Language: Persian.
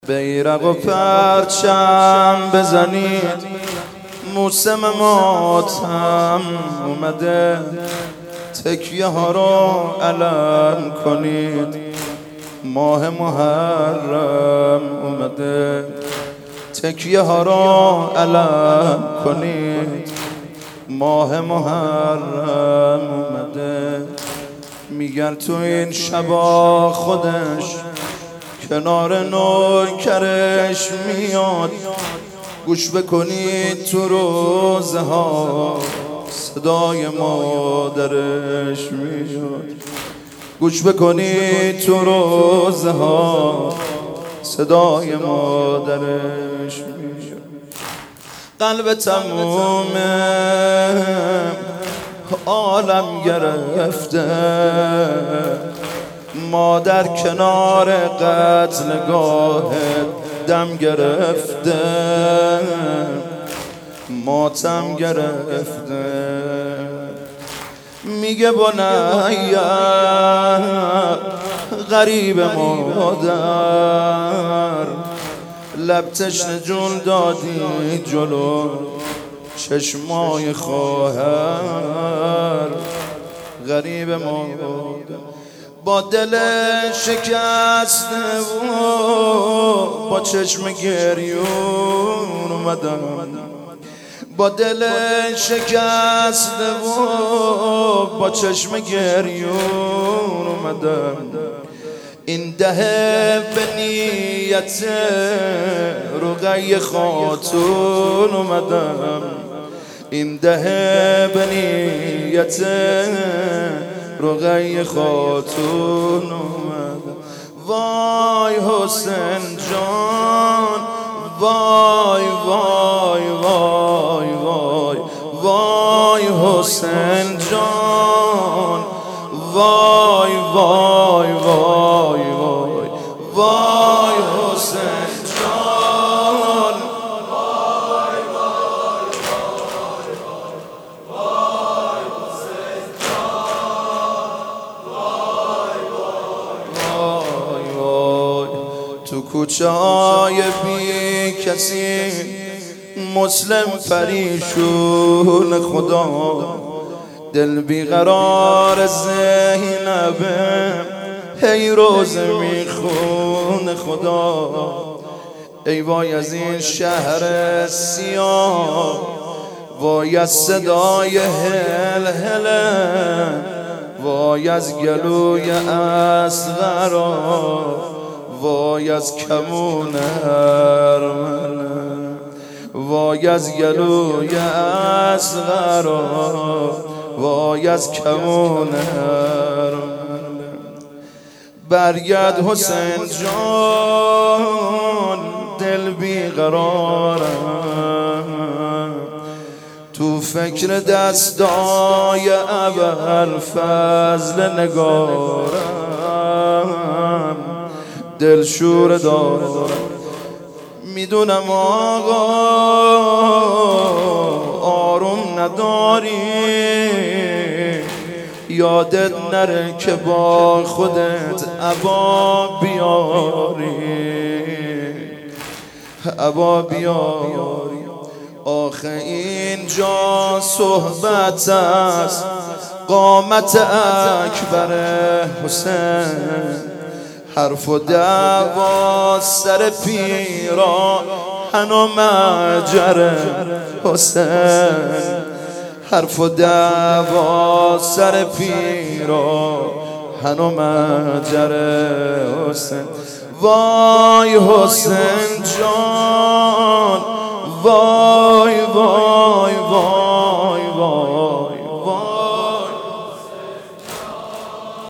بیرق و پرچم بزنید، موسم ماتم اومده، تکیه ها رو علم کنید، ماه محرم اومده، تکیه ها رو علم کنید، ماه محرم اومده. میگن تو این شبا خودش کنار نوکرش میاد، گوش بکنید تو روزه ها صدای مادرش میاد، گوش بکنید تو روزه ها صدای مادرش میاد. قلب تموم عالم گرفته، مادر کنار قتلگاه دم گرفته، ماتم گرفته. میگه بنیه غریب مادر، لب تشنه جون دادی جلو چشمای خواهر، غریب مادر با دل شکسته و با چشم گریون اومدم، با دل شکسته و با چشم گریون اومدم. این دهه به نیت رقیه خاتون اومدم، این دهه به نیت رقیه خاتون اومدم. وای حسین جان، وای وای وای وای وای حسین جان، وای وای وای وای وای حسین جان، وای وای وای وای حسین جان، وای وای وای. تو کوچه های بی کسی مسلم پریشون خدا، دل بیقرار زینبه هی روزه میخون خدا. ای وای از این شهر سیاه، وای از صدای هل هله، وای از گلوی اصغرا، وای از کمون ارمنه، وای از گلوی اصغرا، وای از کمون ارمنه. برگرد حسین جان، دل بیقرارم، تو فکر دستای ابوالفضل نگارم، دل شور دارم. میدونم آقا آروم نداری، یادت نره که با خودت عبا بیاری، عبا بیاری. آخه اینجا صحبت است قامت اکبر حسین، حرف و دعوا سر پیراهن و مجر حسین، حرف و دعوا سر پیراهن و مجر حسین. وای حسین جان، وای وای